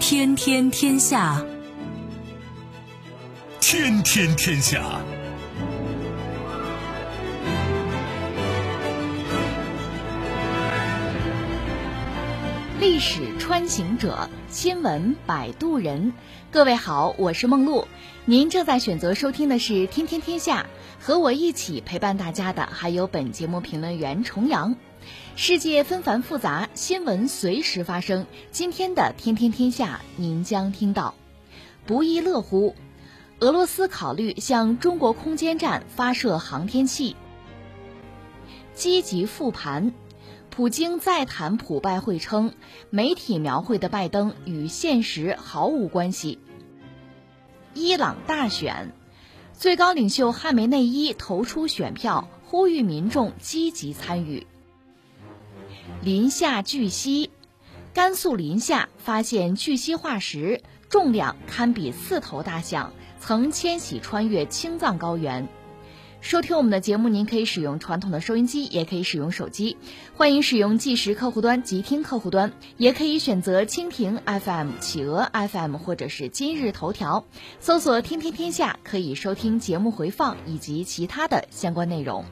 天天天下， 天天天下。 历史穿行者，新闻摆渡人。各位好，我是梦露，您正在选择收听的是天天天下，和我一起陪伴大家的还有本节目评论员重阳。世界纷繁复杂，新闻随时发生。今天的天天天下，您将听到：不亦乐乎，俄罗斯考虑向中国空间站发射航天器；积极复盘，普京再谈普拜会称，媒体描绘的拜登与现实毫无关系；伊朗大选，最高领袖汉梅内伊投出选票，呼吁民众积极参与；临夏巨蜥，甘肃临夏发现巨蜥化石，重量堪比4头大象，曾迁徙穿越青藏高原。收听我们的节目，您可以使用传统的收音机，也可以使用手机，欢迎使用即时客户端、即听客户端，也可以选择蜻蜓 FM、企鹅 FM 或者是今日头条，搜索天天天下，可以收听节目回放以及其他的相关内容。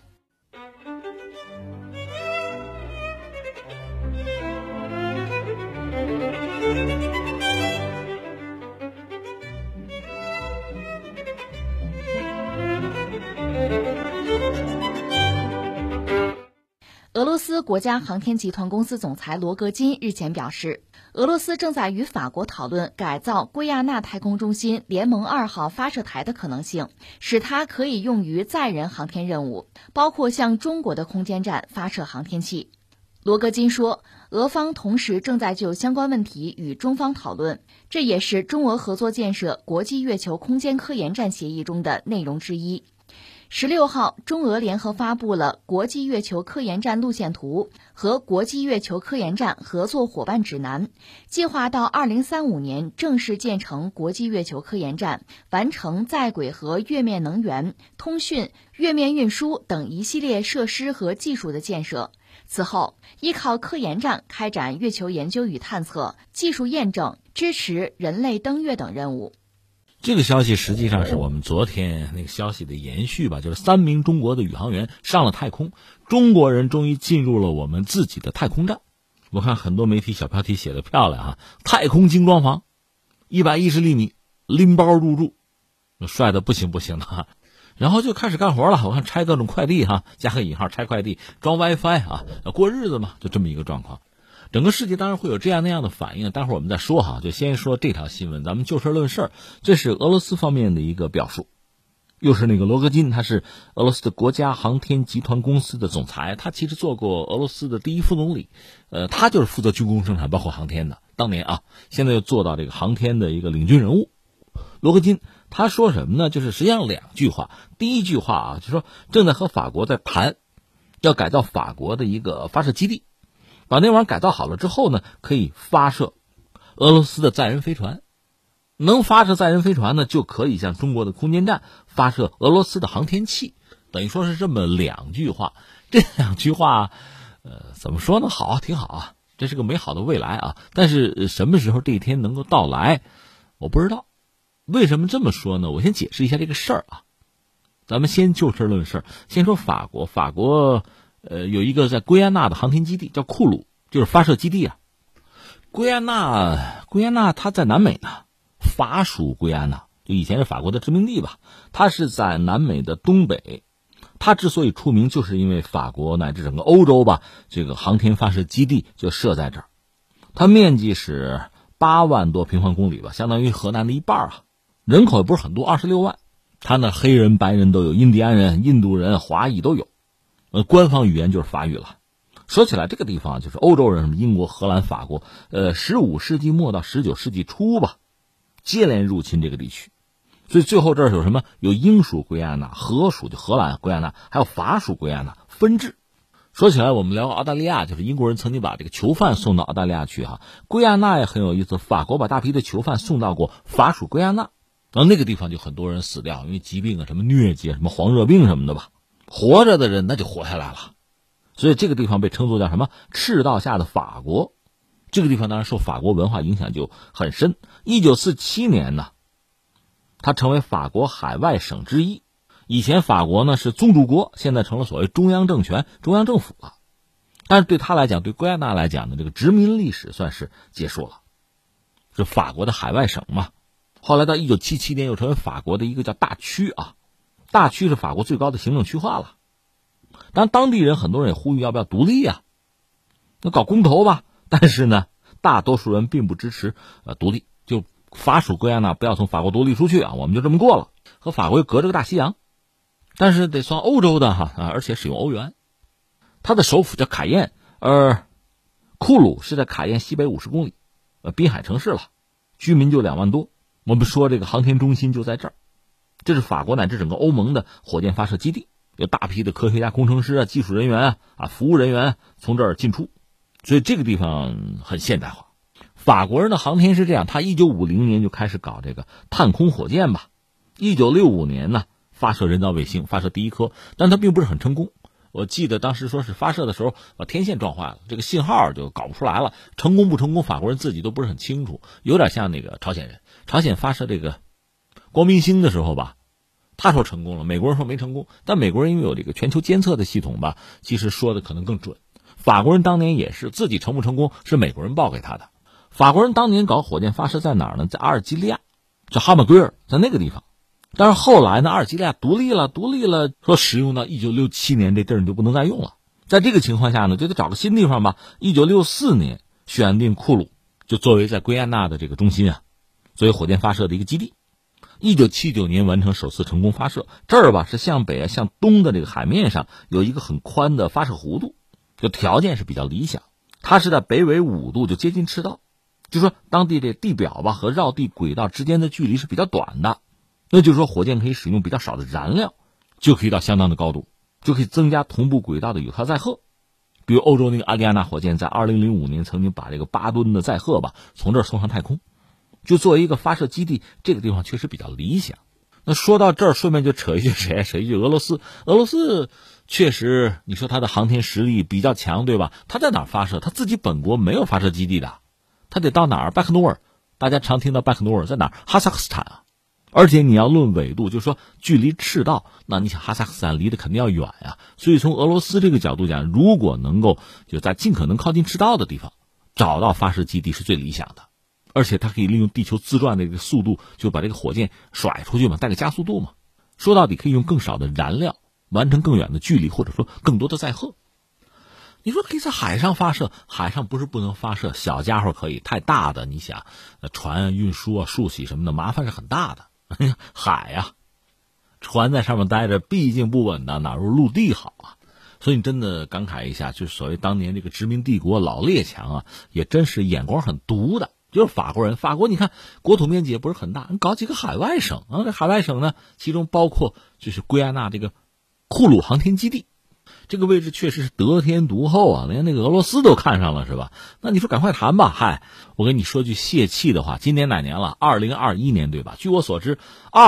俄罗斯国家航天集团公司总裁罗格金日前表示，俄罗斯正在与法国讨论改造圭亚那太空中心联盟2号发射台的可能性，使它可以用于载人航天任务，包括向中国的空间站发射航天器。罗格金说，俄方同时正在就相关问题与中方讨论，这也是中俄合作建设国际月球空间科研站协议中的内容之一。16号，中俄联合发布了国际月球科研站路线图和国际月球科研站合作伙伴指南，计划到2035年正式建成国际月球科研站，完成在轨和月面能源、通讯、月面运输等一系列设施和技术的建设。此后，依靠科研站开展月球研究与探测、技术验证、支持人类登月等任务。 这个消息实际上是我们昨天那个消息的延续吧，就是3名中国的宇航员上了太空，中国人终于进入了我们自己的太空站。我看很多媒体小标题写得漂亮太空精装房，110厘米，拎包入住，帅得不行的然后就开始干活了，我看拆各种快递加个引号，拆快递，装 WiFi 过日子嘛，就这么一个状况。整个世界当然会有这样那样的反应，待会儿我们再说就先说这条新闻，咱们就事论事。这是俄罗斯方面的一个表述，又是那个罗格金，他是俄罗斯的国家航天集团公司的总裁，他其实做过俄罗斯的第1副总理，他就是负责军工生产包括航天的，当年现在又做到这个航天的一个领军人物。罗格金他说什么呢？就是实际上2句话，第一句话就说正在和法国在谈要改造法国的一个发射基地，把那玩意儿改造好了之后呢，可以发射俄罗斯的载人飞船，能发射载人飞船呢，就可以向中国的空间站发射俄罗斯的航天器，等于说是这么2句话。这2句话怎么说呢？好，挺好这是个美好的未来但是什么时候这一天能够到来，我不知道。为什么这么说呢？我先解释一下这个事儿咱们先就事论事，先说法国。法国有一个在圭亚那的航天基地叫库鲁，就是发射基地圭亚那它在南美呢，法属圭亚那，就以前是法国的殖民地吧，它是在南美的东北。它之所以出名，就是因为法国乃至整个欧洲吧，这个航天发射基地就设在这儿。它面积是8万多平方公里吧，相当于河南的一半人口也不是很多，26万。它那黑人白人都有，印第安人、印度人、华裔都有。官方语言就是法语了。说起来这个地方就是欧洲人，什么英国、荷兰、法国15世纪末到19世纪初吧，接连入侵这个地区。所以最后这儿有什么？有英属圭亚那、荷属就荷兰圭亚那，还有法属圭亚那分治。说起来我们聊澳大利亚，就是英国人曾经把这个囚犯送到澳大利亚去圭亚那也很有意思，法国把大批的囚犯送到过法属圭亚那，然后那个地方就很多人死掉，因为疾病什么疟疾、什么黄热病什么的吧。活着的人那就活下来了，所以这个地方被称作叫什么？赤道下的法国。 这个地方当然受法国文化影响就很深。1947年呢，它成为法国海外省之一。以前法国呢是宗主国，现在成了所谓中央政权、中央政府了。但是对他来讲，对圭亚那来讲呢，这个殖民历史算是结束了，是法国的海外省嘛。后来到1977年又成为法国的一个叫大区啊，大区是法国最高的行政区划了。当然当地人很多人也呼吁要不要独立啊，那搞公投吧。但是呢，大多数人并不支持独立，就法属圭亚那不要从法国独立出去啊，我们就这么过了，和法国又隔着个大西洋，但是得算欧洲的而且使用欧元。它的首府叫卡宴，而库鲁是在卡宴西北50公里，滨海城市了，居民就2万多。我们说这个航天中心就在这儿，这是法国乃至整个欧盟的火箭发射基地，有大批的科学家、工程师啊、技术人员啊、服务人员从这儿进出，所以这个地方很现代化。法国人的航天是这样，他1950年就开始搞这个探空火箭吧，1965年呢发射人造卫星，发射第一颗，但它并不是很成功。我记得当时说是发射的时候把天线撞坏了，这个信号就搞不出来了，成功不成功法国人自己都不是很清楚，有点像那个朝鲜人，朝鲜发射这个光明星的时候吧，他说成功了，美国人说没成功，但美国人因为有这个全球监测的系统吧，其实说的可能更准。法国人当年也是自己成不成功是美国人报给他的。法国人当年搞火箭发射在哪儿呢？在阿尔及利亚，叫哈马圭尔，在那个地方。但是后来呢，阿尔及利亚独立了，说使用到1967年这地儿就不能再用了。在这个情况下呢，就得找个新地方吧。1964年选定库鲁，就作为在圭亚那的这个中心啊，作为火箭发射的一个基地。1979年完成首次成功发射，这儿吧是向北啊向东的这个海面上有一个很宽的发射弧度，就条件是比较理想。它是在北纬5度，就接近赤道，就说当地这地表吧和绕地轨道之间的距离是比较短的。那就是说火箭可以使用比较少的燃料，就可以到相当的高度，就可以增加同步轨道的有效载荷。比如欧洲那个阿里亚纳火箭在2005年曾经把这个8吨的载荷吧从这儿送上太空，就作为一个发射基地，这个地方确实比较理想。那说到这儿顺便就扯一句谁？扯一句俄罗斯。俄罗斯确实你说它的航天实力比较强，对吧？它在哪儿发射？它自己本国没有发射基地的，它得到哪儿？拜克努尔，大家常听到拜克努尔在哪儿？哈萨克斯坦啊。而且你要论纬度，就是说距离赤道，那你想哈萨克斯坦离得肯定要远呀。所以从俄罗斯这个角度讲，如果能够就在尽可能靠近赤道的地方找到发射基地是最理想的。而且它可以利用地球自转的这个速度，就把这个火箭甩出去嘛，带个加速度嘛。说到底可以用更少的燃料完成更远的距离，或者说更多的载荷。你说可以在海上发射，海上不是不能发射，小家伙可以，太大的你想船运输啊、漱洗什么的麻烦是很大的。海呀，船在上面待着毕竟不稳的，哪如陆地好啊。所以你真的感慨一下，就是所谓当年这个殖民帝国老列强啊，也真是眼光很毒的。就是法国人，法国你看国土面积也不是很大，你搞几个海外省啊，这海外省呢其中包括就是圭亚那这个库鲁航天基地，这个位置确实是得天独厚啊，连那个俄罗斯都看上了是吧？那你说赶快谈吧。嗨，我跟你说句泄气的话，今年哪年了？2021年对吧？据我所知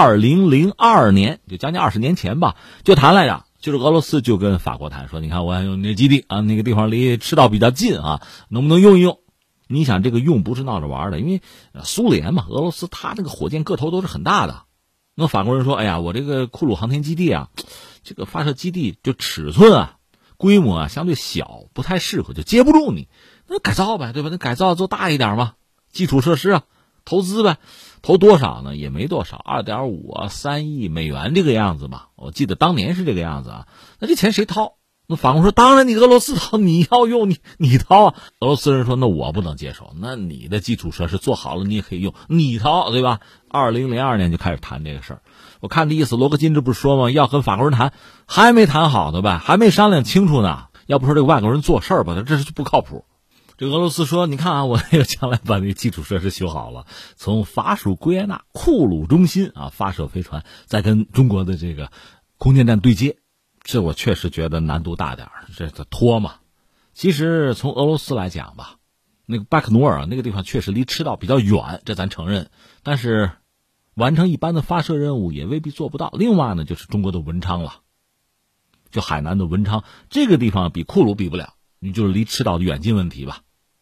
2002年就将近20年前吧就谈来着，就是俄罗斯就跟法国谈说，你看我要用那基地啊，那个地方离赤道比较近啊，能不能用一用？你想这个用不是闹着玩的，因为苏联嘛，俄罗斯它这个火箭个头都是很大的。那法国人说，哎呀，我这个库鲁航天基地啊，这个发射基地就尺寸啊、规模啊相对小，不太适合，就接不住你。那改造呗，对吧？那改造做大一点嘛，基础设施啊，投资呗。投多少呢？也没多少，2.5啊，3亿美元这个样子吧。我记得当年是这个样子啊。那这钱谁掏？那法国说，当然你俄罗斯掏，你要用你掏啊。俄罗斯人说，那我不能接受，那你的基础设施做好了你也可以用，你掏，对吧？2002年就开始谈这个事儿。我看这意思，罗克金这不是说吗？要跟法国人谈，还没谈好呢吧，还没商量清楚呢。要不说这个外国人做事儿吧，他这是不靠谱。这个俄罗斯说，你看啊，我那个将来把那个基础设施修好了，从法属圭亚那库鲁中心啊发射飞船，再跟中国的这个空间站对接。这我确实觉得难度大点儿，这拖嘛。其实从俄罗斯来讲吧，那个拜克努尔啊，那个地方确实离赤道比较远，这咱承认。但是完成一般的发射任务也未必做不到。另外呢，就是中国的文昌了，就海南的文昌这个地方比库鲁比不了，你就是离赤道的远近问题吧。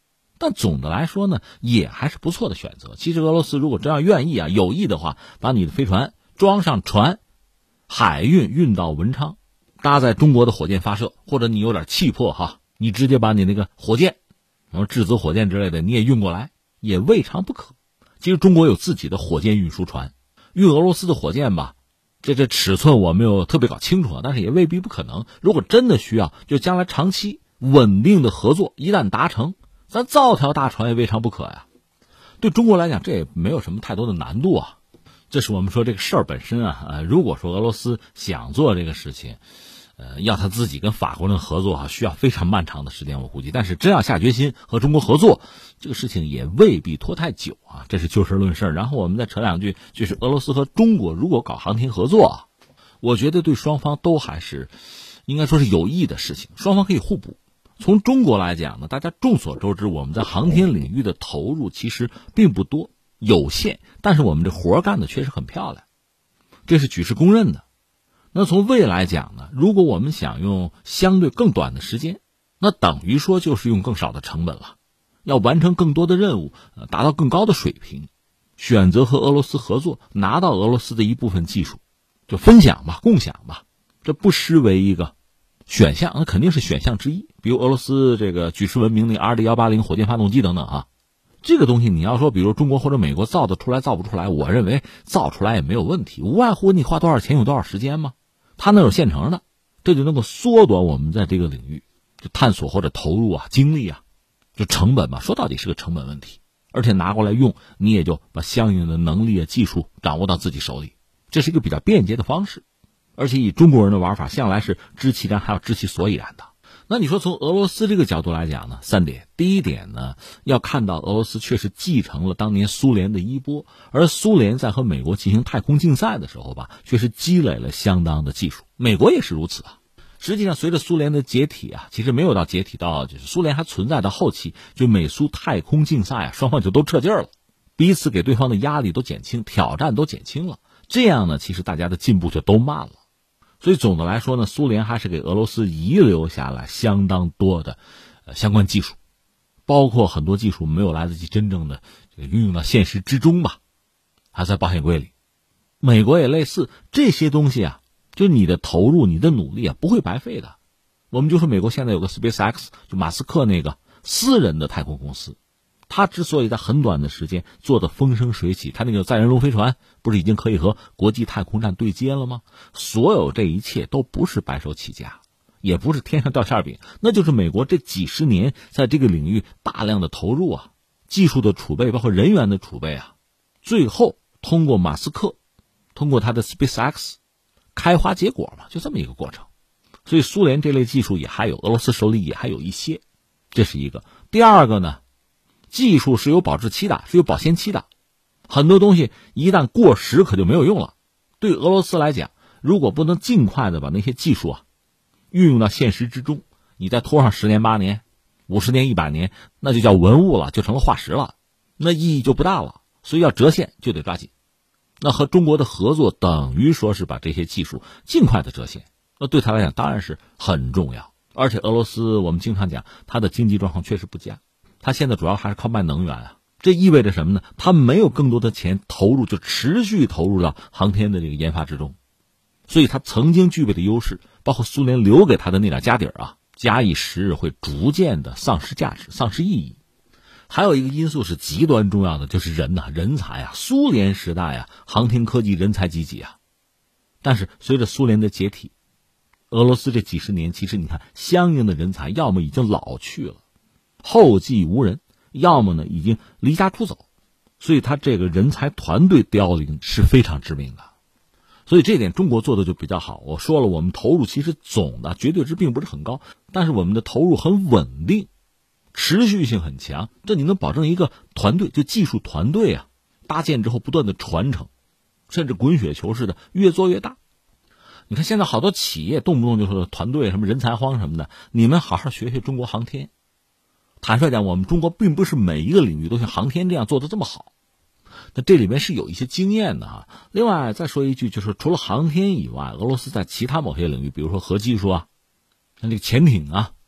但总的来说呢，也还是不错的选择。其实俄罗斯如果真要愿意啊，有意的话，把你的飞船装上船，海运到文昌，搭载中国的火箭发射，或者你有点气魄哈，你直接把你那个火箭，然后质子火箭之类的你也运过来，也未尝不可。其实中国有自己的火箭运输船，运俄罗斯的火箭吧，这尺寸我没有特别搞清楚，但是也未必不可能。如果真的需要，就将来长期稳定的合作，一旦达成，咱造条大船也未尝不可呀。对中国来讲，这也没有什么太多的难度啊。这是我们说这个事儿本身啊，如果说俄罗斯想做这个事情，要他自己跟法国人合作需要非常漫长的时间，我估计。但是真要下决心和中国合作，这个事情也未必拖太久啊。这是就事论事。然后我们再扯两句，就是俄罗斯和中国如果搞航天合作，我觉得对双方都还是应该说是有益的事情，双方可以互补。从中国来讲呢，大家众所周知，我们在航天领域的投入其实并不多，有限，但是我们这活干的确实很漂亮，这是举世公认的。那从未来讲呢，如果我们想用相对更短的时间，那等于说就是用更少的成本了，要完成更多的任务，达到更高的水平，选择和俄罗斯合作，拿到俄罗斯的一部分技术，就分享吧，共享吧，这不失为一个选项，那肯定是选项之一。比如俄罗斯这个举世闻名的 RD-180 火箭发动机等等啊，这个东西你要说比如中国或者美国造得出来造不出来，我认为造出来也没有问题，无外乎你花多少钱有多少时间嘛，它那有现成的，这就能够缩短我们在这个领域就探索或者投入精力就成本嘛，说到底是个成本问题，而且拿过来用，你也就把相应的能力技术掌握到自己手里，这是一个比较便捷的方式。而且以中国人的玩法，向来是知其然还要知其所以然的。那你说从俄罗斯这个角度来讲呢，3点。第一点呢，要看到俄罗斯确实继承了当年苏联的衣钵，而苏联在和美国进行太空竞赛的时候吧，确实积累了相当的技术，美国也是如此啊。实际上随着苏联的解体其实没有到解体到就是苏联还存在到后期，就美苏太空竞赛双方就都撤劲儿了，彼此给对方的压力都减轻，挑战都减轻了，这样呢，其实大家的进步就都慢了。所以总的来说呢，苏联还是给俄罗斯遗留下来相当多的相关技术，包括很多技术没有来得及真正的运用到现实之中吧，还在保险柜里。美国也类似，这些东西就你的投入你的努力不会白费的。我们就说美国现在有个 SpaceX， 就马斯克那个私人的太空公司，他之所以在很短的时间做得风生水起，他那个载人龙飞船不是已经可以和国际太空站对接了吗？所有这一切都不是白手起家，也不是天上掉馅饼，那就是美国这几十年在这个领域大量的投入技术的储备，包括人员的储备最后通过马斯克，通过他的 SpaceX 开花结果嘛，就这么一个过程。所以苏联这类技术也还有，俄罗斯手里也还有一些，这是一个。第二个呢，技术是有保质期的，是有保鲜期的，很多东西一旦过时可就没有用了。对俄罗斯来讲，如果不能尽快的把那些技术运用到现实之中，你再拖上10年8年50年100年，那就叫文物了，就成了化石了，那意义就不大了。所以要折现就得抓紧。那和中国的合作等于说是把这些技术尽快的折现，那对他来讲当然是很重要。而且俄罗斯我们经常讲，他的经济状况确实不佳，他现在主要还是靠卖能源这意味着什么呢？他没有更多的钱投入，就持续投入到航天的这个研发之中。所以他曾经具备的优势，包括苏联留给他的那点家底儿假以时日会逐渐的丧失价值，丧失意义。还有一个因素是极端重要的，就是人才苏联时代航天科技人才济济但是随着苏联的解体，俄罗斯这几十年其实你看相应的人才要么已经老去了，后继无人，要么呢已经离家出走，所以他这个人才团队凋零是非常致命的。所以这点中国做的就比较好。我说了，我们投入其实总的绝对值并不是很高，但是我们的投入很稳定，持续性很强，这你能保证一个团队，就技术团队搭建之后不断的传承，甚至滚雪球似的越做越大。你看现在好多企业动不动就说团队什么人才荒什么的，你们好好学学中国航天。坦率讲，我们中国并不是每一个领域都像航天这样做得这么好，那这里面是有一些经验的另外再说一句，就是除了航天以外，俄罗斯在其他某些领域，比如说核技术像这个潜艇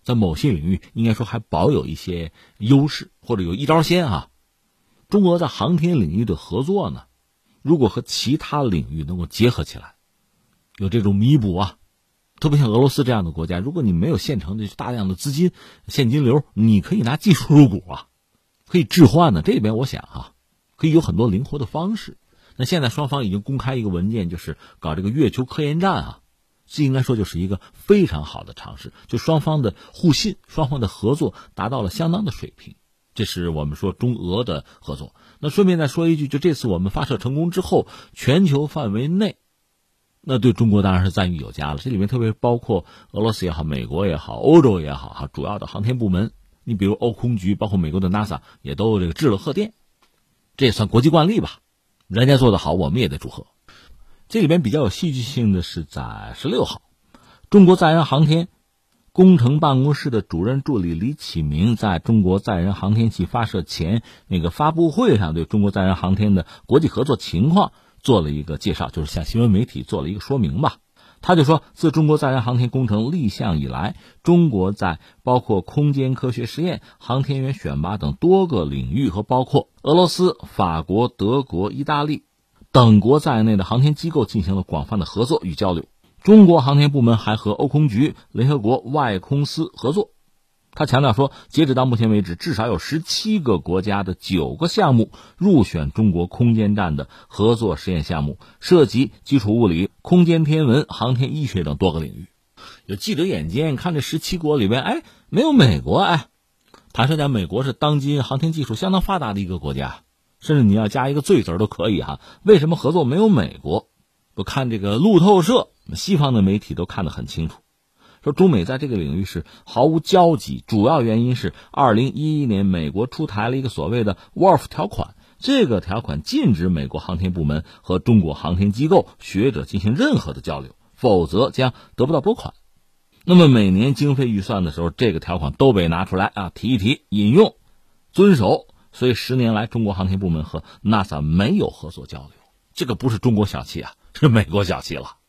在某些领域应该说还保有一些优势，或者有一招鲜啊。中国在航天领域的合作呢，如果和其他领域能够结合起来，有这种弥补啊，特别像俄罗斯这样的国家，如果你没有现成的大量的资金现金流，你可以拿技术入股啊，可以置换呢。这边我想啊，可以有很多灵活的方式。那现在双方已经公开一个文件，就是搞这个月球科研站啊，这应该说就是一个非常好的尝试，就双方的互信，双方的合作达到了相当的水平。这是我们说中俄的合作。那顺便再说一句，就这次我们发射成功之后，全球范围内那对中国当然是赞誉有加了。这里面特别包括俄罗斯也好，美国也好，欧洲也好，主要的航天部门，你比如欧空局，包括美国的 NASA 也都这个致了贺电，这也算国际惯例吧。人家做得好，我们也得祝贺。这里边比较有戏剧性的是在16号，中国载人航天工程办公室的主任助理李启明在中国载人航天器发射前那个发布会上，对中国载人航天的国际合作情况做了一个介绍，就是向新闻媒体做了一个说明吧。他就说，自中国载人航天工程立项以来，中国在包括空间科学实验、航天员选拔等多个领域，和包括俄罗斯、法国、德国、意大利等国在内的航天机构进行了广泛的合作与交流。中国航天部门还和欧空局、联合国外空司合作。他强调说，截止到目前为止，至少有17个国家的9个项目入选中国空间站的合作实验项目，涉及基础物理、空间天文、航天医学等多个领域。有记者眼尖看这17国里边，没有美国。坦率讲，美国是当今航天技术相当发达的一个国家，甚至你要加一个最字都可以哈。为什么合作没有美国？我看这个路透社，西方的媒体都看得很清楚，说中美在这个领域是毫无交集，主要原因是2011年美国出台了一个所谓的 WRF 条款，这个条款禁止美国航天部门和中国航天机构学者进行任何的交流，否则将得不到拨款。那么每年经费预算的时候，这个条款都被拿出来提一提，引用遵守，所以10年来中国航天部门和 NASA 没有合作交流。这个不是中国小气是美国小气了。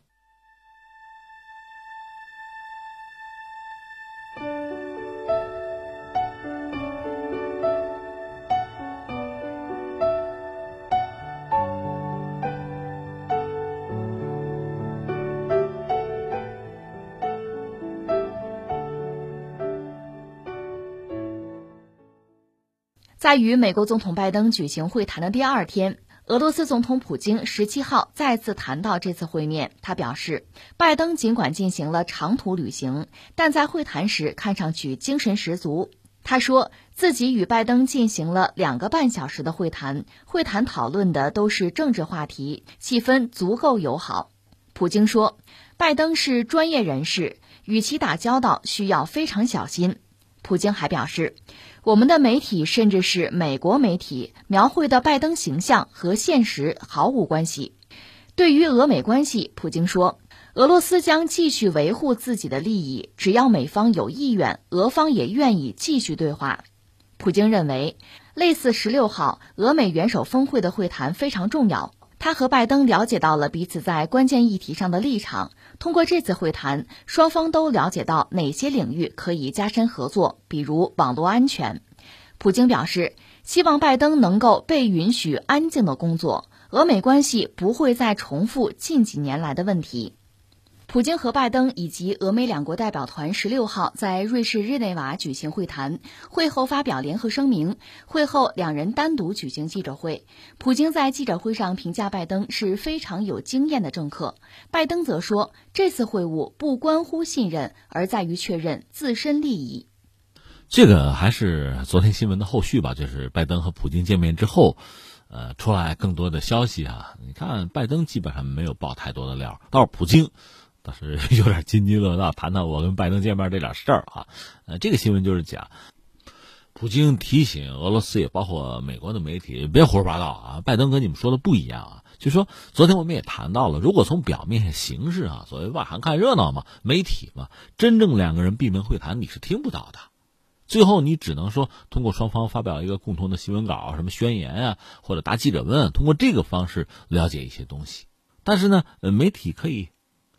在与美国总统拜登举行会谈的第2天，俄罗斯总统普京17号再次谈到这次会面。他表示，拜登尽管进行了长途旅行，但在会谈时看上去精神十足。他说自己与拜登进行了2个半小时的会谈，会谈讨论的都是政治话题，气氛足够友好。普京说，拜登是专业人士，与其打交道需要非常小心。普京还表示，我们的媒体甚至是美国媒体描绘的拜登形象和现实毫无关系。对于俄美关系，普京说，俄罗斯将继续维护自己的利益，只要美方有意愿，俄方也愿意继续对话。普京认为，类似16号俄美元首峰会的会谈非常重要，他和拜登了解到了彼此在关键议题上的立场。通过这次会谈，双方都了解到哪些领域可以加深合作，比如网络安全。普京表示，希望拜登能够被允许安静的工作，俄美关系不会再重复近几年来的问题。普京和拜登以及俄美2国代表团16号在瑞士日内瓦举行会谈，会后发表联合声明。会后2人单独举行记者会。普京在记者会上评价拜登是非常有经验的政客，拜登则说，这次会晤不关乎信任，而在于确认自身利益。 这个还是昨天新闻的后续吧，就是拜登和普京见面之后出来更多的消息你看拜登基本上没有爆太多的料，倒是普京倒是有点津津乐道，谈到我跟拜登见面这点事儿这个新闻就是讲，普京提醒俄罗斯也包括美国的媒体别胡说八道拜登跟你们说的不一样就说昨天我们也谈到了，如果从表面形式所谓外行看热闹嘛，媒体嘛，真正2个人闭门会谈你是听不到的，最后你只能说通过双方发表一个共同的新闻稿，什么宣言或者答记者问，通过这个方式了解一些东西。但是呢媒体可以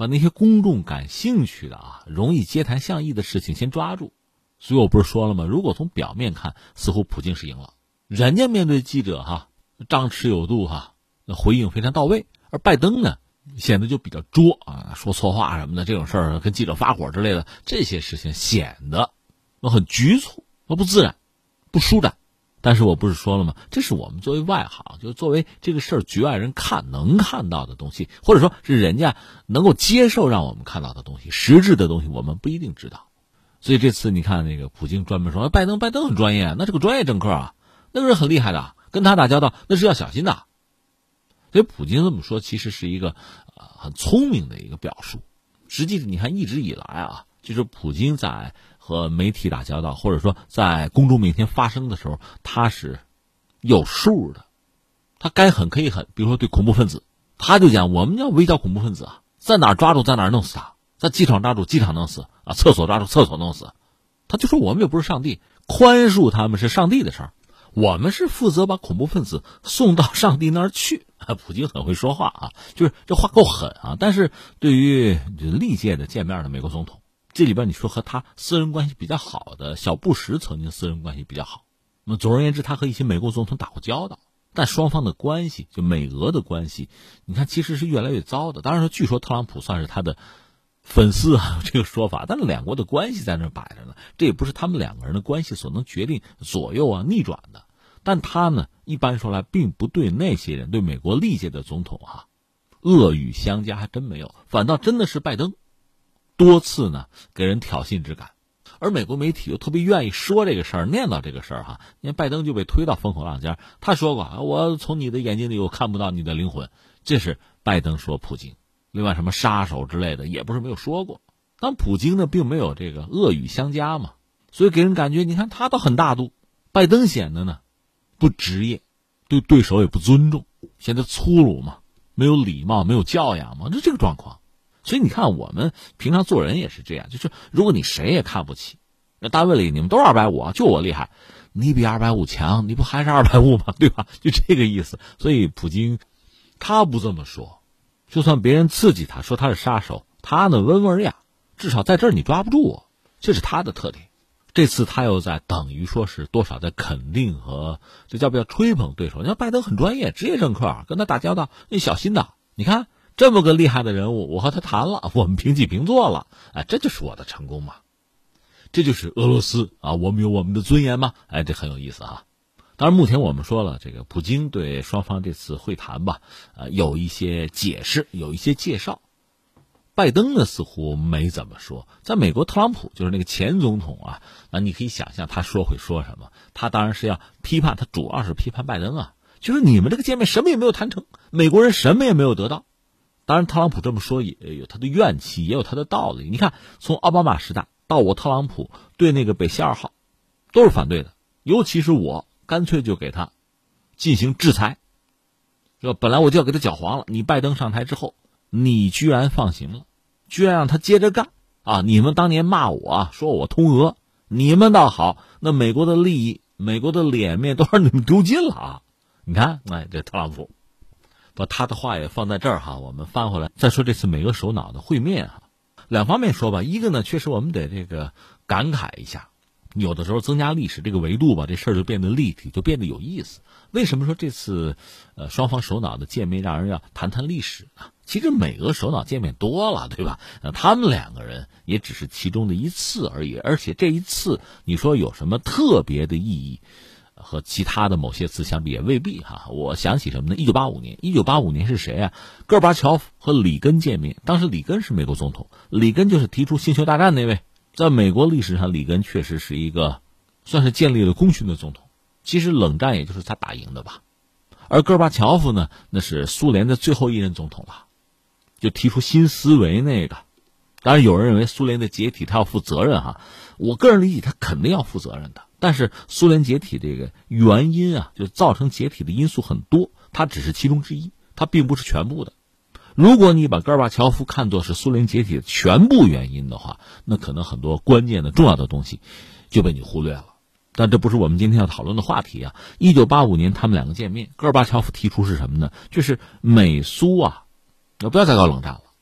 把那些公众感兴趣的容易街谈巷议的事情先抓住。所以我不是说了吗？如果从表面看，似乎普京是赢了，人家面对记者张弛有度回应非常到位，而拜登呢显得就比较拙说错话什么的，这种事儿跟记者发火之类的，这些事情显得很局促，不自然，不舒展。但是我不是说了吗？这是我们作为外行，就是作为这个事儿局外人能看到的东西，或者说是人家能够接受让我们看到的东西，实质的东西我们不一定知道。所以这次你看那个普京专门说拜登很专业，那是个专业政客那个人很厉害的，跟他打交道那是要小心的。所以普京这么说其实是一个很聪明的一个表述。实际你看一直以来就是普京在和媒体打交道，或者说在公众面前发声的时候，他是有数的，他该狠可以狠。比如说对恐怖分子，他就讲我们要围剿恐怖分子在哪儿抓住在哪儿弄死他，在机场抓住机场弄死厕所抓住厕所弄死。他就说我们又不是上帝，宽恕他们是上帝的事儿，我们是负责把恐怖分子送到上帝那儿去。普京很会说话就是这话够狠但是对于历届的见面的美国总统，这里边你说和他私人关系比较好的小布什曾经私人关系比较好，那么总而言之他和一些美国总统打过交道，但双方的关系就美俄的关系你看其实是越来越糟的。当然说据说特朗普算是他的粉丝这个说法，但是两国的关系在那摆着呢，这也不是他们两个人的关系所能决定左右逆转的。但他呢一般说来并不对那些人，对美国历届的总统恶语相加，还真没有，反倒真的是拜登多次呢给人挑衅之感。而美国媒体又特别愿意说这个事儿，念叨这个事儿因为拜登就被推到风口浪尖，他说过我从你的眼睛里我看不到你的灵魂，这是拜登说普京。另外什么杀手之类的也不是没有说过，但普京呢并没有这个恶语相加嘛，所以给人感觉你看他倒很大度，拜登显得呢不职业，对对手也不尊重，显得粗鲁嘛，没有礼貌，没有教养嘛，这个状况。所以你看我们平常做人也是这样，就是如果你谁也看不起，那单位里你们都是250，就我厉害，你比250强，你不还是250吗？对吧？就这个意思。所以普京他不这么说，就算别人刺激他说他是杀手，他呢温文尔雅，至少在这儿你抓不住我，这是他的特点。这次他又在等于说是多少在肯定和这叫不叫吹捧对手。你看拜登很专业，职业政客，跟他打交道你小心的，你看这么个厉害的人物，我和他谈了，我们平起平坐了，这就是我的成功嘛。这就是俄罗斯我们有我们的尊严嘛，这很有意思当然目前我们说了，这个普京对双方这次会谈吧有一些解释，有一些介绍。拜登呢似乎没怎么说。在美国特朗普就是那个前总统你可以想象他说会说什么，他当然是要批判，他主要是批判拜登就是你们这个见面什么也没有谈成，美国人什么也没有得到。当然特朗普这么说也有他的怨气，也有他的道理。你看从奥巴马时代到我特朗普对那个北溪2号都是反对的，尤其是我干脆就给他进行制裁，本来我就要给他搅黄了，你拜登上台之后你居然放行了，居然让他接着干你们当年骂我说我通俄，你们倒好，那美国的利益美国的脸面都让你们丢尽了你看这特朗普把他的话也放在这儿我们翻回来再说这次美俄首脑的会面两方面说吧。一个呢确实我们得这个感慨一下，有的时候增加历史这个维度吧，这事儿就变得立体，就变得有意思。为什么说这次双方首脑的见面让人要谈谈历史呢？其实美俄首脑见面多了，对吧？他们两个人也只是其中的一次而已，而且这一次你说有什么特别的意义，和其他的某些次相比也未必我想起什么呢？1985年是谁戈尔巴乔夫和里根见面，当时里根是美国总统，里根就是提出星球大战那位。在美国历史上，里根确实是一个算是建立了功勋的总统，其实冷战也就是他打赢的吧。而戈尔巴乔夫呢，那是苏联的最后一任总统了，就提出新思维那个。当然有人认为苏联的解体他要负责任我个人理解他肯定要负责任的，但是苏联解体这个原因就造成解体的因素很多，它只是其中之一，它并不是全部的。如果你把戈尔巴乔夫看作是苏联解体的全部原因的话，那可能很多关键的重要的东西就被你忽略了。但这不是我们今天要讨论的话题1985年他们两个见面，戈尔巴乔夫提出是什么呢？就是美苏不要再搞冷战了，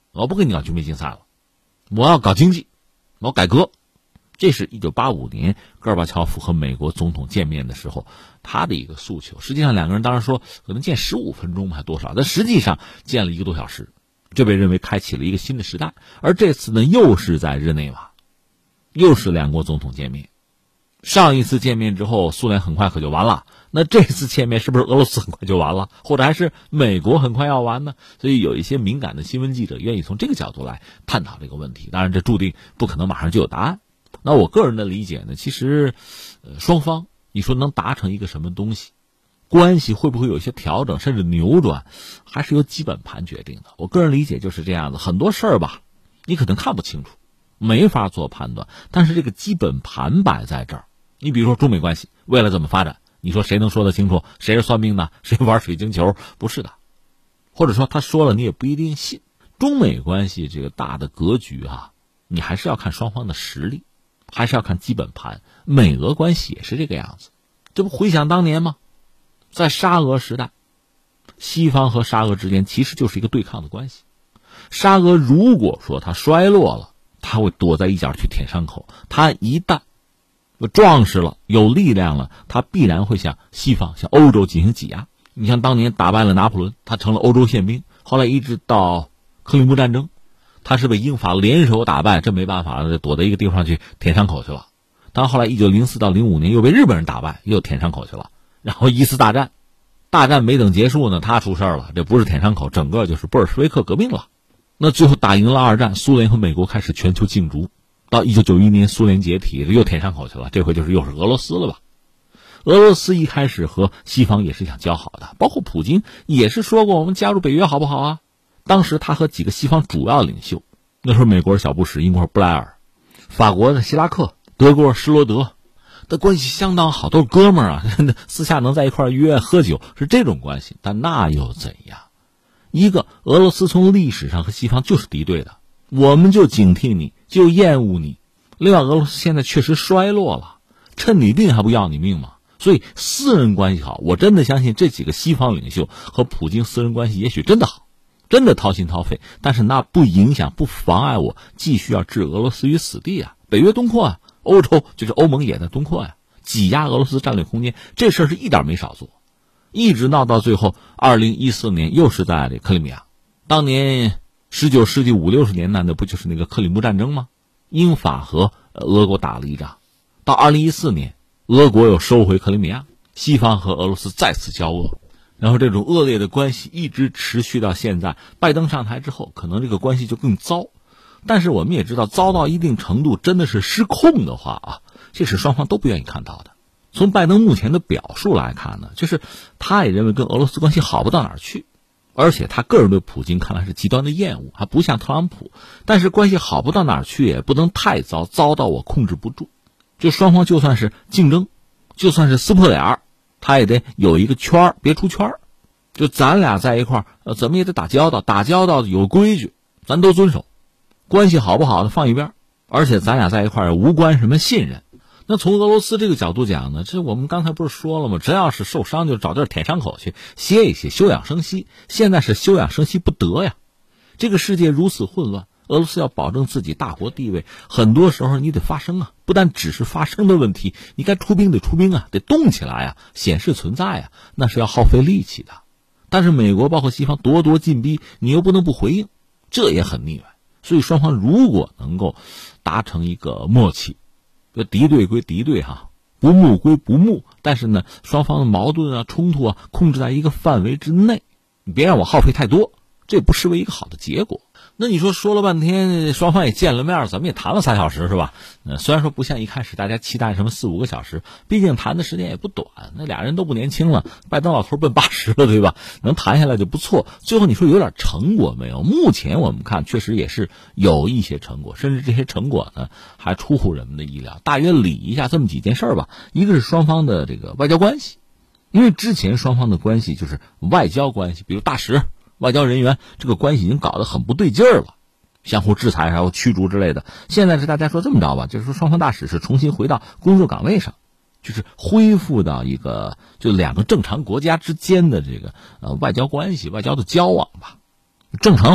我不跟你搞军备竞赛了，我要搞经济，我要改革。这是1985年戈尔巴乔夫和美国总统见面的时候他的一个诉求。实际上两个人当然说可能见15分钟还多少，但实际上见了1个多小时，这被认为开启了一个新的时代。而这次呢，又是在日内瓦，又是两国总统见面。上一次见面之后，苏联很快可就完了，那这次见面是不是俄罗斯很快就完了，或者还是美国很快要完呢？所以有一些敏感的新闻记者愿意从这个角度来探讨这个问题。当然这注定不可能马上就有答案。那我个人的理解呢，其实双方你说能达成一个什么东西，关系会不会有一些调整甚至扭转，还是由基本盘决定的。我个人理解就是这样子，很多事儿吧你可能看不清楚，没法做判断，但是这个基本盘摆在这儿。你比如说中美关系未来怎么发展，你说谁能说得清楚？谁是算命的？谁玩水晶球？不是的，或者说他说了你也不一定信。中美关系这个大的格局你还是要看双方的实力，还是要看基本盘。美俄关系也是这个样子，这不回想当年吗？在沙俄时代，西方和沙俄之间其实就是一个对抗的关系。沙俄如果说它衰落了，它会躲在一角去舔伤口，它一旦壮实了有力量了，它必然会向西方向欧洲进行挤压。你像当年打败了拿破仑，他成了欧洲宪兵，后来一直到克里姆战争，他是被英法联手打败，这没办法了，躲到一个地方去舔伤口去了。但后来1904到05年又被日本人打败，又舔伤口去了。然后一次大战没等结束呢，他出事了，这不是舔伤口，整个就是布尔什维克革命了。那最后打赢了二战，苏联和美国开始全球竞逐，到1991年苏联解体，又舔伤口去了，这回又是俄罗斯了吧。俄罗斯一开始和西方也是想交好的，包括普京也是说过我们加入北约好不好啊。当时他和几个西方主要领袖，那时候美国是小布什，英国是布莱尔，法国的希拉克，德国施罗德的关系相当好，都是哥们儿私下能在一块约喝酒，是这种关系。但那又怎样？一个俄罗斯从历史上和西方就是敌对的，我们就警惕你，就厌恶你。另外俄罗斯现在确实衰落了，趁你病还不要你命吗？所以私人关系好，我真的相信这几个西方领袖和普京私人关系也许真的好，真的掏心掏肺，但是那不影响不妨碍我继续要置俄罗斯于死地啊。北约东扩欧洲就是欧盟也在东扩挤压俄罗斯战略空间，这事儿是一点没少做，一直闹到最后2014年又是在克里米亚。当年19世纪50、60年代的不就是那个克里姆战争吗？英法和俄国打了一仗，到2014年俄国又收回克里米亚，西方和俄罗斯再次交恶，然后这种恶劣的关系一直持续到现在。拜登上台之后可能这个关系就更糟，但是我们也知道糟到一定程度真的是失控的话这是双方都不愿意看到的。从拜登目前的表述来看呢，就是他也认为跟俄罗斯关系好不到哪儿去，而且他个人对普京看来是极端的厌恶，还不像特朗普，但是关系好不到哪儿去也不能太糟，糟到我控制不住。就双方就算是竞争，就算是撕破脸他也得有一个圈别出圈就咱俩在一块怎么也得打交道，打交道有规矩咱都遵守，关系好不好的放一边，而且咱俩在一块无关什么信任。那从俄罗斯这个角度讲呢，这我们刚才不是说了吗？只要是受伤就找地儿舔伤口去歇一歇，休养生息。现在是休养生息不得呀，这个世界如此混乱，俄罗斯要保证自己大国地位，很多时候你得发声不但只是发声的问题，你该出兵得出兵得动起来显示存在那是要耗费力气的。但是美国包括西方咄咄进逼，你又不能不回应，这也很腻歪。所以双方如果能够达成一个默契，敌对归敌对不睦归不睦，但是呢双方的矛盾冲突控制在一个范围之内，你别让我耗费太多，这不失为一个好的结果。那你说了半天，双方也见了面，咱们也谈了3小时是吧？虽然说不像一开始大家期待什么4、5个小时，毕竟谈的时间也不短，那俩人都不年轻了，拜登老头奔80了对吧？能谈下来就不错。最后你说有点成果没有？目前我们看确实也是有一些成果，甚至这些成果呢还出乎人们的意料。大约理一下这么几件事吧。一个是双方的这个外交关系，因为之前双方的关系就是外交关系，比如大使外交人员这个关系已经搞得很不对劲儿了，相互制裁还有驱逐之类的。现在是大家说这么着吧，就是说双方大使是重新回到工作岗位上，就是恢复到一个就两个正常国家之间的这个外交关系、外交的交往吧，正常化。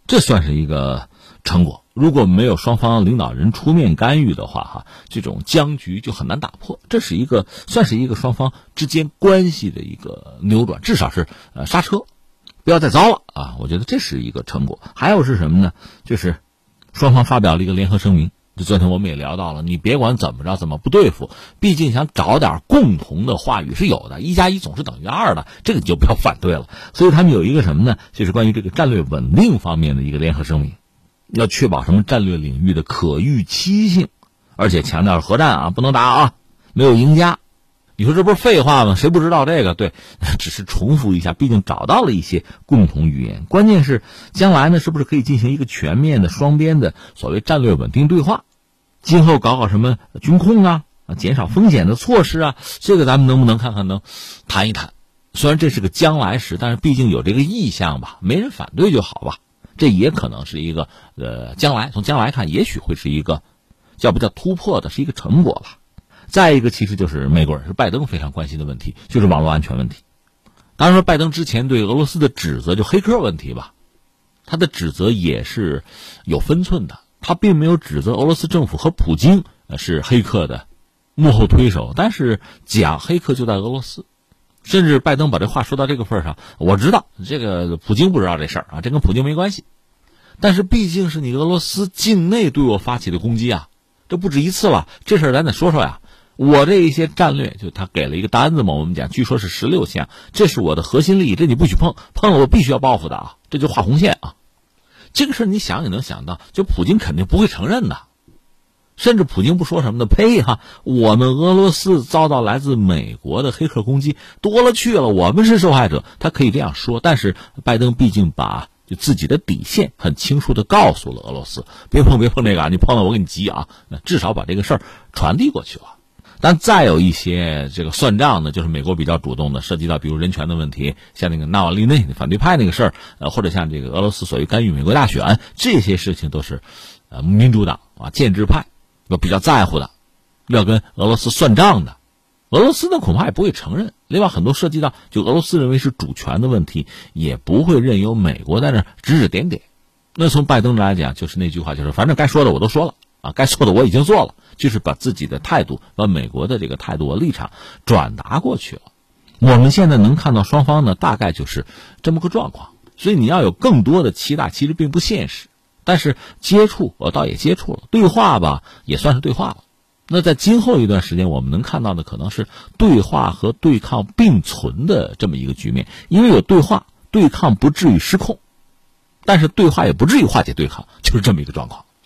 这算是一个成果。如果没有双方领导人出面干预的话，这种僵局就很难打破。这是算是一个双方之间关系的一个扭转，至少是刹车，不要再糟了啊！我觉得这是一个成果。还有是什么呢？就是双方发表了一个联合声明。就昨天我们也聊到了，你别管怎么着，怎么不对付，毕竟想找点共同的话语是有的，1+1总是等于2的，这个你就不要反对了。所以他们有一个什么呢？就是关于这个战略稳定方面的一个联合声明。要确保什么战略领域的可预期性，而且强调核战不能打没有赢家。你说这不是废话吗？谁不知道这个？对，只是重复一下，毕竟找到了一些共同语言。关键是将来呢，是不是可以进行一个全面的双边的所谓战略稳定对话？今后搞什么军控减少风险的措施这个咱们能不能能谈一谈？虽然这是个将来时，但是毕竟有这个意向吧，没人反对就好吧。这也可能是一个将来，从将来看，也许会是一个叫不叫突破的，是一个成果吧。再一个，其实就是美国人是拜登非常关心的问题，就是网络安全问题。当然说，拜登之前对俄罗斯的指责，就黑客问题吧，他的指责也是有分寸的，他并没有指责俄罗斯政府和普京是黑客的幕后推手，但是讲黑客就在俄罗斯。甚至拜登把这话说到这个份上，我知道这个普京不知道这事儿这跟普京没关系，但是毕竟是你俄罗斯境内对我发起的攻击这不止一次了，这事儿咱得说说我这一些战略，就他给了一个单子嘛，我们讲据说是16项，这是我的核心利益，这你不许碰，碰了我必须要报复的这就画红线这个事儿你想也能想到，就普京肯定不会承认的。甚至普京不说什么的，呸我们俄罗斯遭到来自美国的黑客攻击多了去了，我们是受害者，他可以这样说。但是拜登毕竟把就自己的底线很清楚的告诉了俄罗斯，别碰这个你碰了我给你急那至少把这个事儿传递过去了。但再有一些这个算账呢，就是美国比较主动的，涉及到比如人权的问题，像那个纳瓦利内反对派那个事儿或者像这个俄罗斯所谓干预美国大选，这些事情都是民主党建制派比较在乎的，要跟俄罗斯算账的。俄罗斯呢恐怕也不会承认，另外很多涉及到就俄罗斯认为是主权的问题，也不会任由美国在那指指点点。那从拜登来讲，就是那句话，就是反正该说的我都说了该做的我已经做了，就是把自己的态度，把美国的这个态度和立场转达过去了。我们现在能看到双方呢大概就是这么个状况，所以你要有更多的期待其实并不现实。但是接触我倒也接触了，对话吧也算是对话了。那在今后一段时间，我们能看到的可能是对话和对抗并存的这么一个局面，因为有对话，对抗不至于失控，但是对话也不至于化解对抗，就是这么一个状况。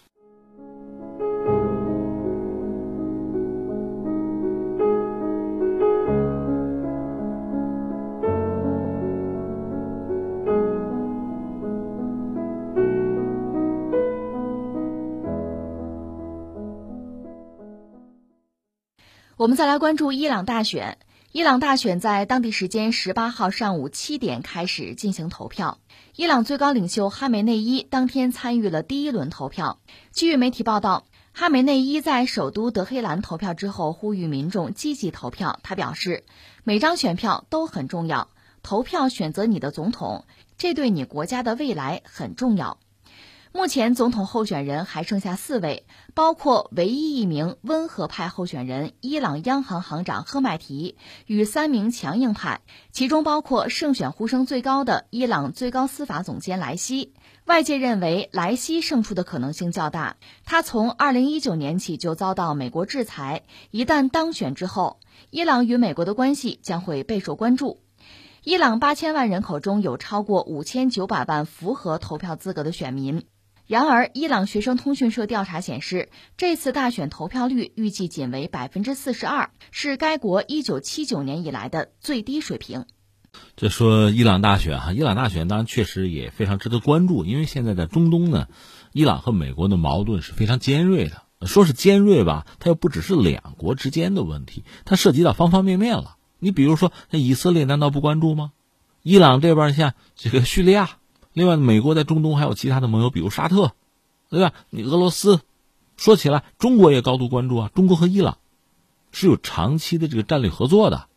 我们再来关注伊朗大选。伊朗大选在当地时间18号上午7点开始进行投票。伊朗最高领袖哈梅内伊当天参与了第一轮投票。据媒体报道，哈梅内伊在首都德黑兰投票之后，呼吁民众积极投票。他表示，每张选票都很重要，投票选择你的总统，这对你国家的未来很重要。目前总统候选人还剩下4位，包括唯一一名温和派候选人伊朗央行行长赫迈提与3名强硬派，其中包括胜选呼声最高的伊朗最高司法总监莱西。外界认为莱西胜出的可能性较大，他从2019年起就遭到美国制裁，一旦当选之后，伊朗与美国的关系将会备受关注。伊朗8000万人口中有超过5900万符合投票资格的选民。然而，伊朗学生通讯社调查显示，这次大选投票率预计仅为 42%， 是该国1979年以来的最低水平。 这说伊朗大选伊朗大选当然确实也非常值得关注，因为现在在中东呢，伊朗和美国的矛盾是非常尖锐的。说是尖锐吧，它又不只是两国之间的问题，它涉及到方方面面了。你比如说，那以色列难道不关注吗？伊朗这边像这个叙利亚，另外美国在中东还有其他的盟友，比如沙特，对吧？你俄罗斯，说起来中国也高度关注中国和伊朗是有长期的这个战略合作的，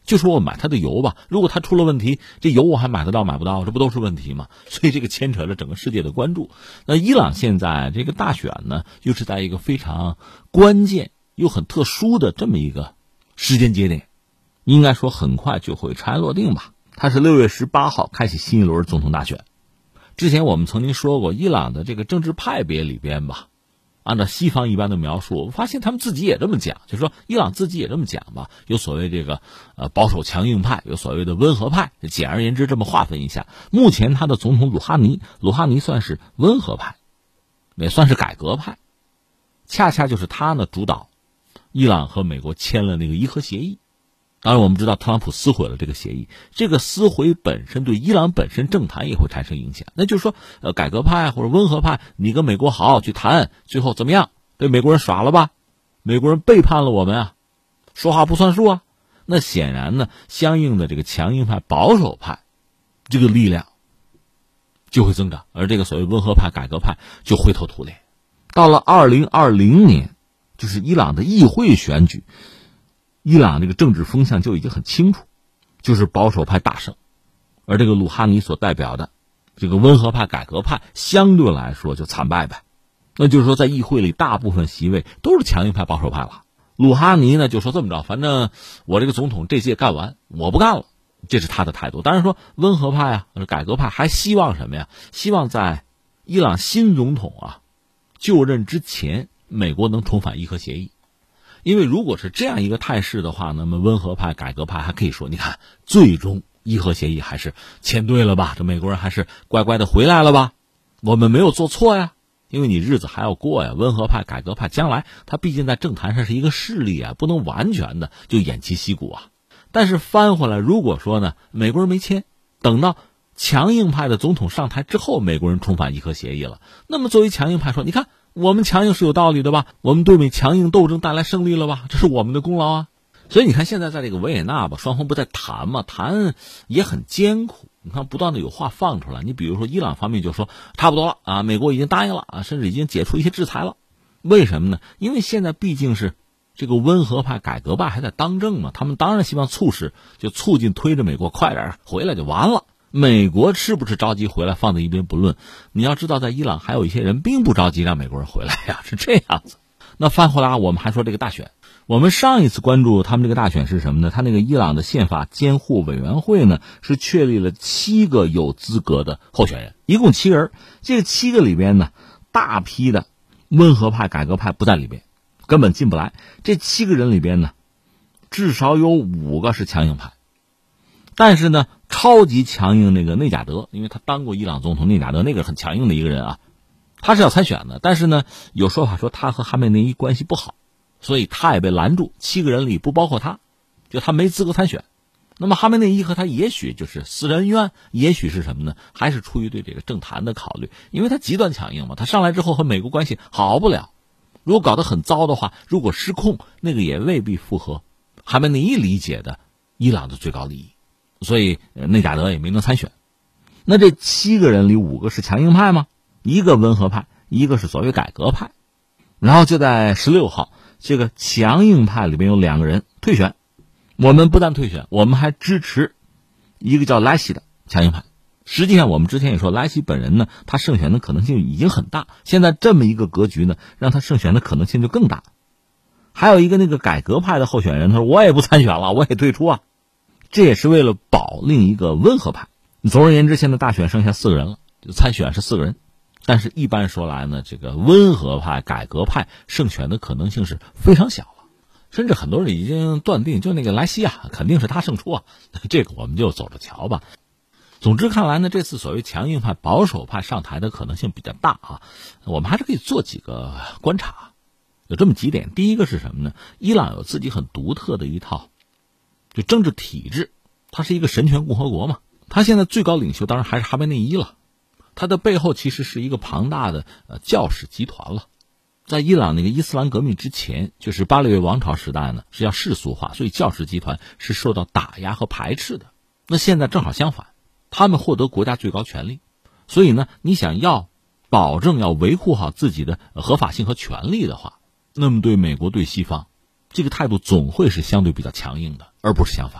就说我买它的油吧，如果它出了问题，这油我还买得到买不到，这不都是问题吗？所以这个牵扯了整个世界的关注。那伊朗现在这个大选呢，又是在一个非常关键又很特殊的这么一个时间节点，应该说很快就会尘埃落定吧。它是6月18号开启新一轮总统大选。之前我们曾经说过，伊朗的这个政治派别里边吧，按照西方一般的描述，我发现他们自己也这么讲，就是说伊朗自己也这么讲吧，有所谓这个保守强硬派，有所谓的温和派，简而言之这么划分一下。目前他的总统鲁哈尼算是温和派，也算是改革派，恰恰就是他呢主导伊朗和美国签了那个伊核协议。当然我们知道特朗普撕毁了这个协议，这个撕毁本身对伊朗本身政坛也会产生影响。那就是说改革派或者温和派，你跟美国好好去谈，最后怎么样？被美国人耍了吧？美国人背叛了我们啊，说话不算数啊。那显然呢，相应的这个强硬派保守派这个力量就会增长，而这个所谓温和派改革派就灰头土脸。到了2020年，就是伊朗的议会选举，伊朗这个政治风向就已经很清楚，就是保守派大胜，而这个鲁哈尼所代表的这个温和派改革派相对来说就惨败呗。那就是说在议会里大部分席位都是强硬派保守派了。鲁哈尼呢就说这么着，反正我这个总统这届干完我不干了，这是他的态度。当然说温和派改革派还希望什么呀？希望在伊朗新总统就任之前，美国能重返伊核协议。因为如果是这样一个态势的话，那么温和派改革派还可以说，你看最终伊核协议还是签对了吧，这美国人还是乖乖的回来了吧，我们没有做错呀，因为你日子还要过呀。温和派改革派将来他毕竟在政坛上是一个势力不能完全的就偃旗息鼓但是翻回来，如果说呢美国人没签，等到强硬派的总统上台之后，美国人重返伊核协议了，那么作为强硬派说，你看我们强硬是有道理的吧，我们对美强硬斗争带来胜利了吧，这是我们的功劳所以你看现在在这个维也纳吧，双方不在谈嘛，谈也很艰苦。你看不断的有话放出来，你比如说伊朗方面就说差不多了美国已经答应了甚至已经解除一些制裁了。为什么呢？因为现在毕竟是这个温和派改革派还在当政嘛，他们当然希望促进推着美国快点回来就完了。美国是不是着急回来放在一边不论，你要知道在伊朗还有一些人并不着急让美国人回来是这样子。那翻回来我们还说这个大选，我们上一次关注他们这个大选是什么呢？他那个伊朗的宪法监护委员会呢是确立了7个有资格的候选人，一共7人。这个7个里边呢，大批的温和派改革派不在里边，根本进不来。这7个人里边呢，至少有5个是强硬派。但是呢，超级强硬那个内贾德，因为他当过伊朗总统，内贾德那个很强硬的一个人他是要参选的，但是呢，有说法说他和哈梅内伊关系不好，所以他也被拦住，7个人里不包括他，就他没资格参选。那么哈梅内伊和他也许就是私人恩怨，也许是什么呢？还是出于对这个政坛的考虑，因为他极端强硬嘛，他上来之后和美国关系好不了，如果搞得很糟的话，如果失控，那个也未必符合哈梅内伊理解的伊朗的最高利益。所以内贾德也没能参选。那这7个人里5个是强硬派吗？一个温和派，一个是所谓改革派。然后就在16号，这个强硬派里边有2个人退选。我们不但退选，我们还支持一个叫莱西的强硬派。实际上我们之前也说，莱西本人呢，他胜选的可能性已经很大，现在这么一个格局呢，让他胜选的可能性就更大。还有一个那个改革派的候选人，他说我也不参选了，我也退出这也是为了保另一个温和派。总而言之，现在大选剩下4个人了，就参选是4个人。但是一般说来呢，这个温和派改革派胜选的可能性是非常小了，甚至很多人已经断定就那个莱西肯定是他胜出这个我们就走着瞧吧。总之看来呢，这次所谓强硬派保守派上台的可能性比较大我们还是可以做几个观察，有这么几点。第一个是什么呢？伊朗有自己很独特的一套就政治体制，它是一个神权共和国嘛，它现在最高领袖当然还是哈梅内伊了，它的背后其实是一个庞大的教士集团了。在伊朗那个伊斯兰革命之前，就是巴列维王朝时代呢，是要世俗化，所以教士集团是受到打压和排斥的。那现在正好相反，他们获得国家最高权力，所以呢，你想要保证要维护好自己的合法性和权利的话，那么对美国对西方这个态度总会是相对比较强硬的，而不是相反。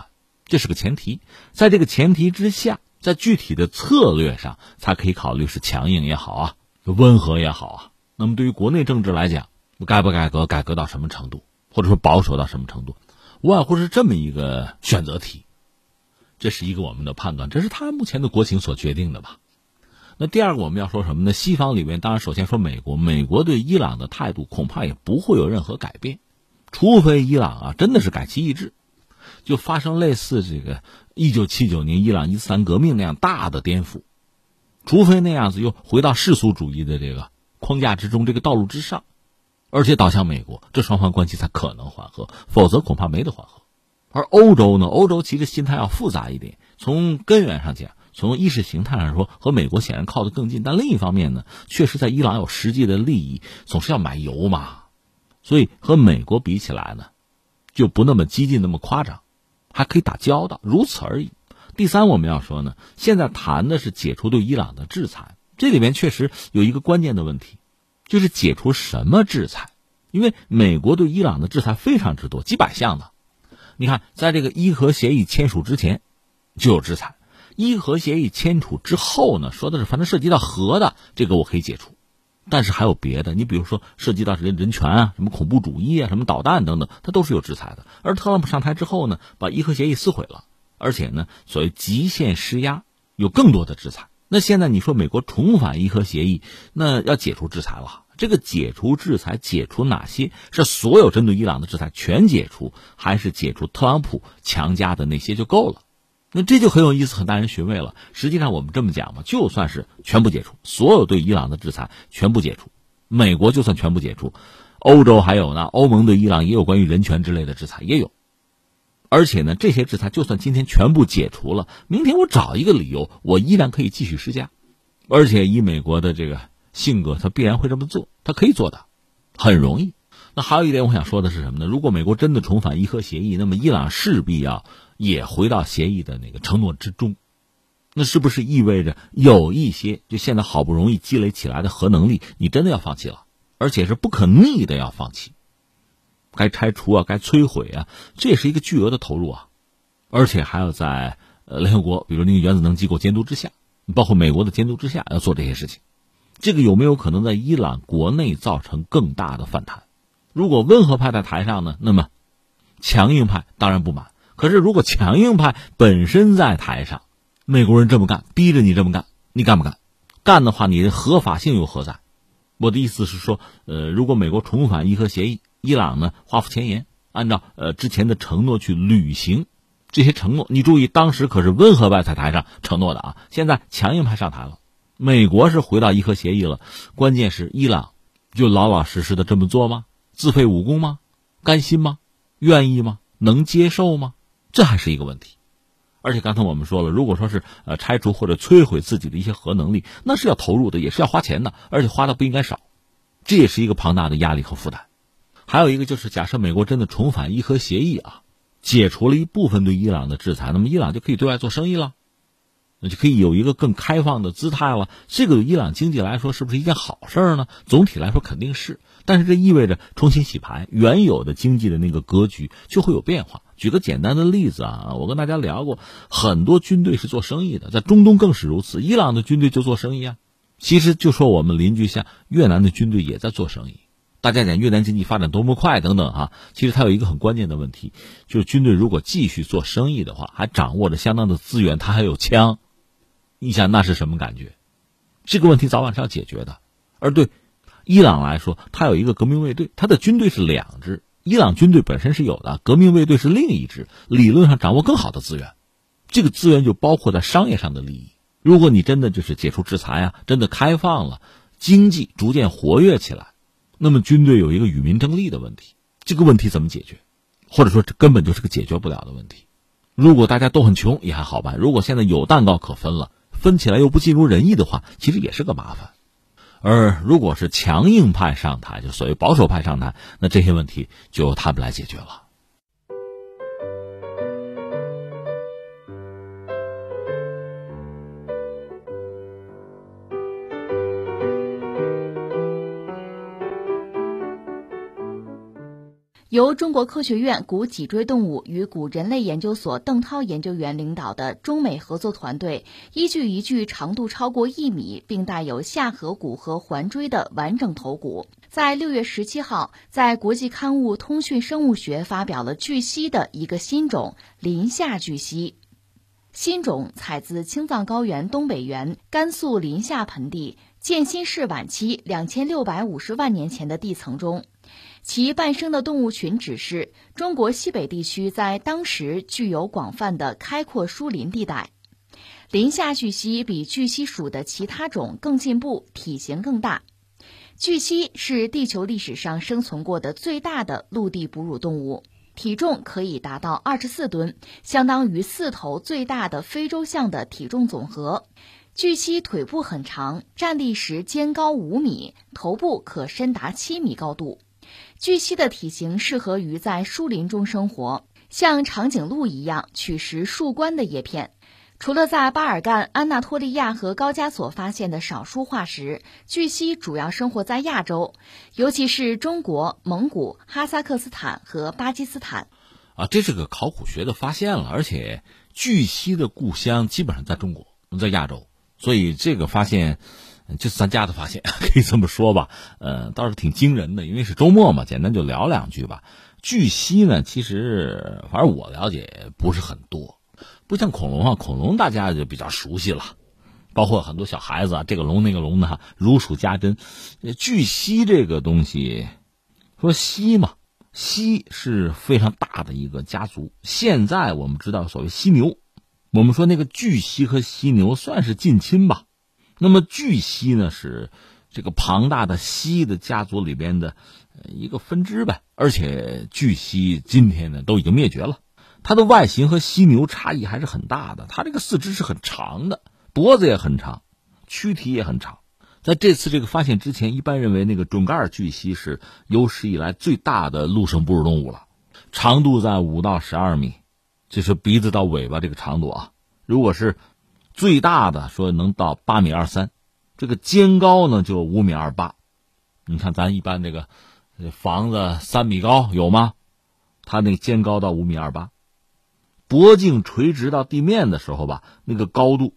这是个前提。在这个前提之下，在具体的策略上才可以考虑是强硬也好啊，温和也好啊。那么对于国内政治来讲，该不改革，改革到什么程度，或者说保守到什么程度，无外乎是这么一个选择题。这是一个我们的判断，这是他目前的国情所决定的吧。那第二个我们要说什么呢？西方里面当然首先说美国，美国对伊朗的态度恐怕也不会有任何改变，除非伊朗啊真的是改其意志，就发生类似这个1979年伊朗伊斯兰革命那样大的颠覆，除非那样子又回到世俗主义的这个框架之中，这个道路之上，而且倒向美国，这双方关系才可能缓和，否则恐怕没得缓和。而欧洲呢，欧洲其实心态要复杂一点，从根源上讲，从意识形态上说，和美国显然靠得更近，但另一方面呢，确实在伊朗有实际的利益，总是要买油嘛，所以和美国比起来呢，就不那么激进，那么夸张，还可以打交道，如此而已。第三，我们要说呢，现在谈的是解除对伊朗的制裁，这里面确实有一个关键的问题，就是解除什么制裁？因为美国对伊朗的制裁非常之多，几百项的。你看，在这个伊核协议签署之前就有制裁，伊核协议签署之后呢，说的是反正涉及到核的这个我可以解除，但是还有别的，你比如说涉及到人权啊，什么恐怖主义啊，什么导弹等等，它都是有制裁的。而特朗普上台之后呢，把伊核协议撕毁了，而且呢，所谓极限施压，有更多的制裁。那现在你说美国重返伊核协议，那要解除制裁了。这个解除制裁解除哪些？是所有针对伊朗的制裁全解除，还是解除特朗普强加的那些就够了？那这就很有意思，很耐人寻味了。实际上我们这么讲嘛，就算是全部解除，所有对伊朗的制裁全部解除，美国就算全部解除，欧洲还有呢，欧盟对伊朗也有关于人权之类的制裁也有。而且呢，这些制裁就算今天全部解除了，明天我找一个理由，我依然可以继续施加。而且以美国的这个性格，他必然会这么做，他可以做的，很容易。那还有一点我想说的是什么呢？如果美国真的重返伊核协议，那么伊朗势必要也回到协议的那个承诺之中。那是不是意味着有一些就现在好不容易积累起来的核能力，你真的要放弃了，而且是不可逆的要放弃？该拆除啊，该摧毁啊，这也是一个巨额的投入啊，而且还要在联合国，比如那个原子能机构监督之下，包括美国的监督之下要做这些事情。这个有没有可能在伊朗国内造成更大的反弹？如果温和派在台上呢，那么强硬派当然不满。可是如果强硬派本身在台上，美国人这么干，逼着你这么干，你干不干？干的话，你的合法性又何在？我的意思是说，如果美国重返伊核协议，伊朗呢画符前言，按照之前的承诺去履行这些承诺。你注意，当时可是温和派在台上承诺的啊，现在强硬派上台了。美国是回到伊核协议了，关键是伊朗就老老实实的这么做吗？自废武功吗？甘心吗？愿意吗？能接受吗？这还是一个问题。而且刚才我们说了，如果说是拆除或者摧毁自己的一些核能力，那是要投入的，也是要花钱的，而且花的不应该少，这也是一个庞大的压力和负担。还有一个就是，假设美国真的重返伊核协议啊，解除了一部分对伊朗的制裁，那么伊朗就可以对外做生意了，那就可以有一个更开放的姿态了。这个对伊朗经济来说是不是一件好事呢？总体来说肯定是，但是这意味着重新洗牌，原有的经济的那个格局就会有变化。举个简单的例子啊，我跟大家聊过，很多军队是做生意的，在中东更是如此，伊朗的军队就做生意啊。其实就说我们邻居像越南的军队也在做生意，大家讲越南经济发展多么快等等啊，其实它有一个很关键的问题，就是军队如果继续做生意的话，还掌握着相当的资源，它还有枪，你想那是什么感觉？这个问题早晚是要解决的。而对伊朗来说，它有一个革命卫队，它的军队是两支，伊朗军队本身是有的，革命卫队是另一支，理论上掌握更好的资源，这个资源就包括在商业上的利益。如果你真的就是解除制裁啊，真的开放了，经济逐渐活跃起来，那么军队有一个与民争利的问题，这个问题怎么解决？或者说这根本就是个解决不了的问题。如果大家都很穷也还好办，如果现在有蛋糕可分了，分起来又不尽如人意的话，其实也是个麻烦。而如果是强硬派上台，就所谓保守派上台，那这些问题就由他们来解决了。 由中国科学院古脊椎动物与古人类研究所邓涛研究员领导的中美合作团队，依据一具长度超过1米并带有下颌骨和环椎的完整头骨，在6月17号在国际刊物《通讯生物学》发表了巨蜥的一个新种林下巨蜥。新种采自青藏高原东北缘甘肃临夏盆地建新世晚期2650万年前的地层中，其伴生的动物群指示中国西北地区在当时具有广泛的开阔疏林地带。林下巨蜥比巨蜥属的其他种更进步，体型更大。巨蜥是地球历史上生存过的最大的陆地哺乳动物，体重可以达到24吨，相当于4头最大的非洲象的体重总和。巨蜥腿部很长，站立时肩高5米，头部可深达7米高度。巨蜥的体型适合于在树林中生活，像长颈鹿一样取食树冠的叶片。除了在巴尔干、安纳托利亚和高加索发现的少数化石，巨蜥主要生活在亚洲，尤其是中国、蒙古、哈萨克斯坦和巴基斯坦。 这是个考古学的发现了，而且巨蜥的故乡基本上在中国，在亚洲，所以这个发现就是咱家的发现，可以这么说吧。倒是挺惊人的，因为是周末嘛，简单就聊两句吧。巨蜥呢，其实反正我了解不是很多，不像恐龙恐龙大家就比较熟悉了，包括很多小孩子这个龙那个龙的如数家珍。巨蜥这个东西，说蜥嘛，蜥是非常大的一个家族。现在我们知道所谓犀牛，我们说那个巨蜥和犀牛算是近亲吧。那么巨蜥呢，是这个庞大的蜥的家族里边的一个分支呗。而且巨蜥今天呢都已经灭绝了，它的外形和犀牛差异还是很大的。它这个四肢是很长的，脖子也很长，躯体也很长。在这次这个发现之前，一般认为那个准噶尔巨蜥是有史以来最大的陆生哺乳动物了，长度在5到12米，就是鼻子到尾巴这个长度如果是最大的说能到8米23，这个肩高呢就5米28。你看咱一般这个房子3米高有吗？它那个肩高到5米28，脖颈垂直到地面的时候吧，那个高度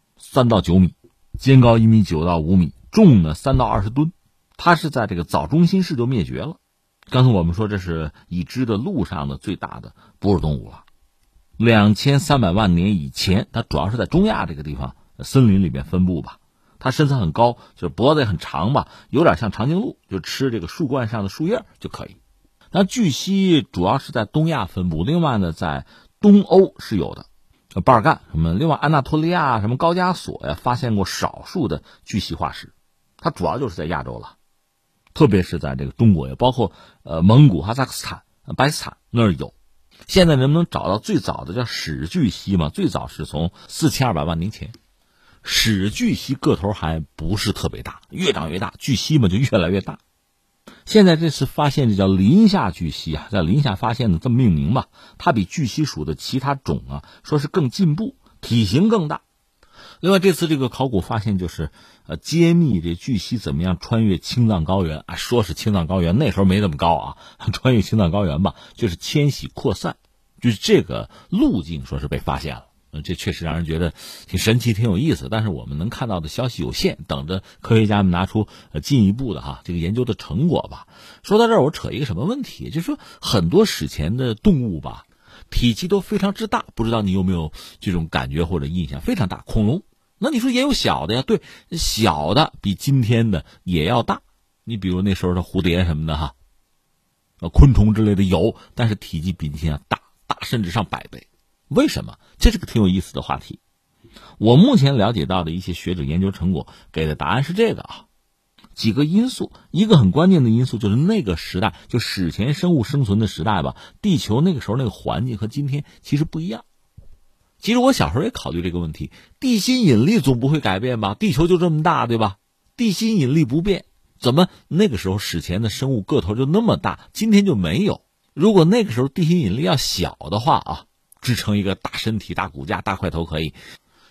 3到9米，肩高1米9到5米，重呢3到20吨。它是在这个早中新世就灭绝了。刚才我们说这是已知的陆上的最大的哺乳动物了。2300万年以前，它主要是在中亚这个地方森林里面分布吧。它身材很高，就是脖子也很长吧，有点像长颈鹿，就吃这个树冠上的树叶就可以。那巨蜥主要是在东亚分布，另外呢在东欧是有的，巴尔干什么，另外安纳托利亚什么高加索发现过少数的巨蜥化石。它主要就是在亚洲了，特别是在这个中国，也包括蒙古、哈萨克斯坦、巴基斯坦那儿有。现在能不能找到最早的叫始巨蜥嘛？最早是从4200万年前。始巨蜥个头还不是特别大，越长越大，巨蜥嘛就越来越大。现在这次发现这叫林下巨蜥在林下发现的，这么命名吧。它比巨蜥属的其他种说是更进步，体型更大。另外这次这个考古发现就是揭秘这巨蜥怎么样穿越青藏高原说是青藏高原，那时候没那么高穿越青藏高原吧，就是迁徙扩散，就是这个路径说是被发现了。这确实让人觉得挺神奇挺有意思，但是我们能看到的消息有限，等着科学家们拿出进一步的这个研究的成果吧。说到这儿我扯一个什么问题，就是说很多史前的动物吧体积都非常之大，不知道你有没有这种感觉或者印象，非常大。恐龙那你说也有小的呀，对，小的比今天的也要大，你比如那时候的蝴蝶什么的昆虫之类的有，但是体积比今天大甚至上100倍。为什么？这是个挺有意思的话题。我目前了解到的一些学者研究成果给的答案是这个几个因素。一个很关键的因素就是那个时代，就史前生物生存的时代吧，地球那个时候那个环境和今天其实不一样。其实我小时候也考虑这个问题，地心引力总不会改变吧，地球就这么大对吧，地心引力不变，怎么那个时候史前的生物个头就那么大，今天就没有？如果那个时候地心引力要小的话支撑一个大身体大骨架大块头可以，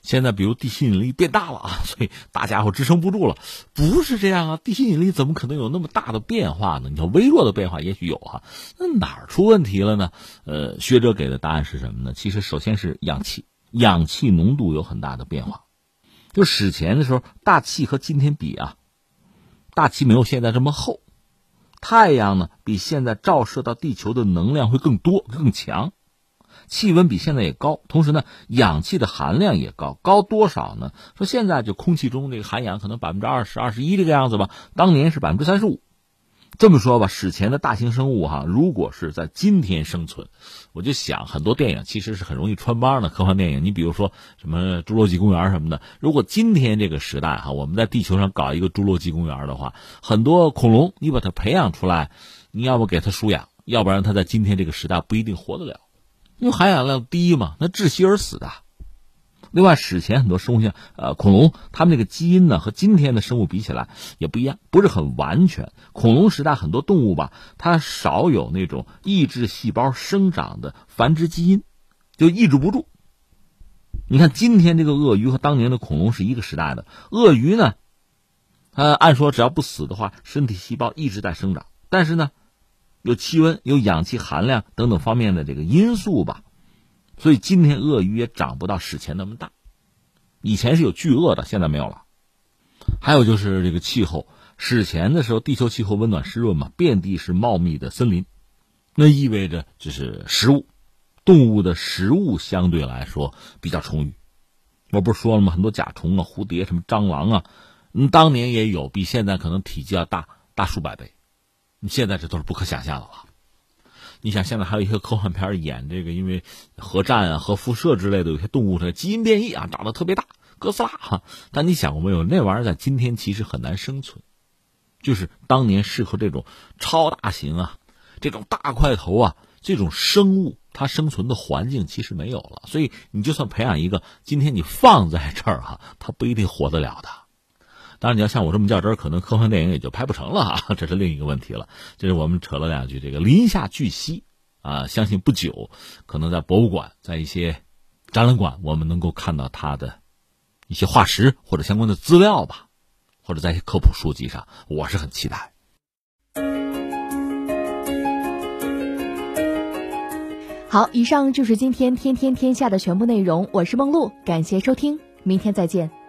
现在比如地心引力变大了啊，所以大家伙支撑不住了。不是这样啊，地心引力怎么可能有那么大的变化呢？你说微弱的变化也许有哈，那哪儿出问题了呢？学者给的答案是什么呢？其实首先是氧气浓度有很大的变化。就史前的时候，大气和今天比啊，大气没有现在这么厚，太阳呢比现在照射到地球的能量会更多更强，气温比现在也高，同时呢氧气的含量也高，高多少呢？说现在就空气中这个含氧可能20%、21%这个样子吧，当年是35%。这么说吧，史前的大型生物哈，如果是在今天生存，我就想很多电影其实是很容易穿帮的，科幻电影，你比如说什么侏罗纪公园什么的，如果今天这个时代哈，我们在地球上搞一个侏罗纪公园的话，很多恐龙你把它培养出来，你要不给它输氧，要不然它在今天这个时代不一定活得了，因为含氧量低嘛，那窒息而死的。另外，史前很多生物像恐龙，它们这个基因呢和今天的生物比起来也不一样，不是很完全。恐龙时代很多动物吧，它少有那种抑制细胞生长的繁殖基因，就抑制不住。你看今天这个鳄鱼和当年的恐龙是一个时代的，鳄鱼呢，按说只要不死的话，身体细胞一直在生长，但是呢，有气温、有氧气含量等等方面的这个因素吧。所以今天鳄鱼也长不到史前那么大，以前是有巨鳄的，现在没有了。还有就是这个气候，史前的时候地球气候温暖湿润嘛，遍地是茂密的森林，那意味着就是食物，动物的食物相对来说比较充裕。我不是说了吗？很多甲虫啊、蝴蝶、什么蟑螂啊，当年也有，比现在可能体积要大数百倍，现在这都是不可想象的了。你想现在还有一些科幻片演这个，因为核战啊、核辐射之类的，有些动物的基因变异啊，长得特别大，哥斯拉哈。但你想过没有，那玩意儿在今天其实很难生存，就是当年适合这种超大型啊、这种大块头啊这种生物，它生存的环境其实没有了。所以你就算培养一个，今天你放在这儿哈，它不一定活得了的。当然你要像我这么较真儿，可能科幻电影也就拍不成了啊，这是另一个问题了。这是我们扯了两句这个林下巨蜥啊，相信不久可能在博物馆、在一些展览馆，我们能够看到它的一些化石或者相关的资料吧，或者在一些科普书籍上，我是很期待。 好，以上就是今天天天天下的全部内容，我是梦露，感谢收听，明天再见。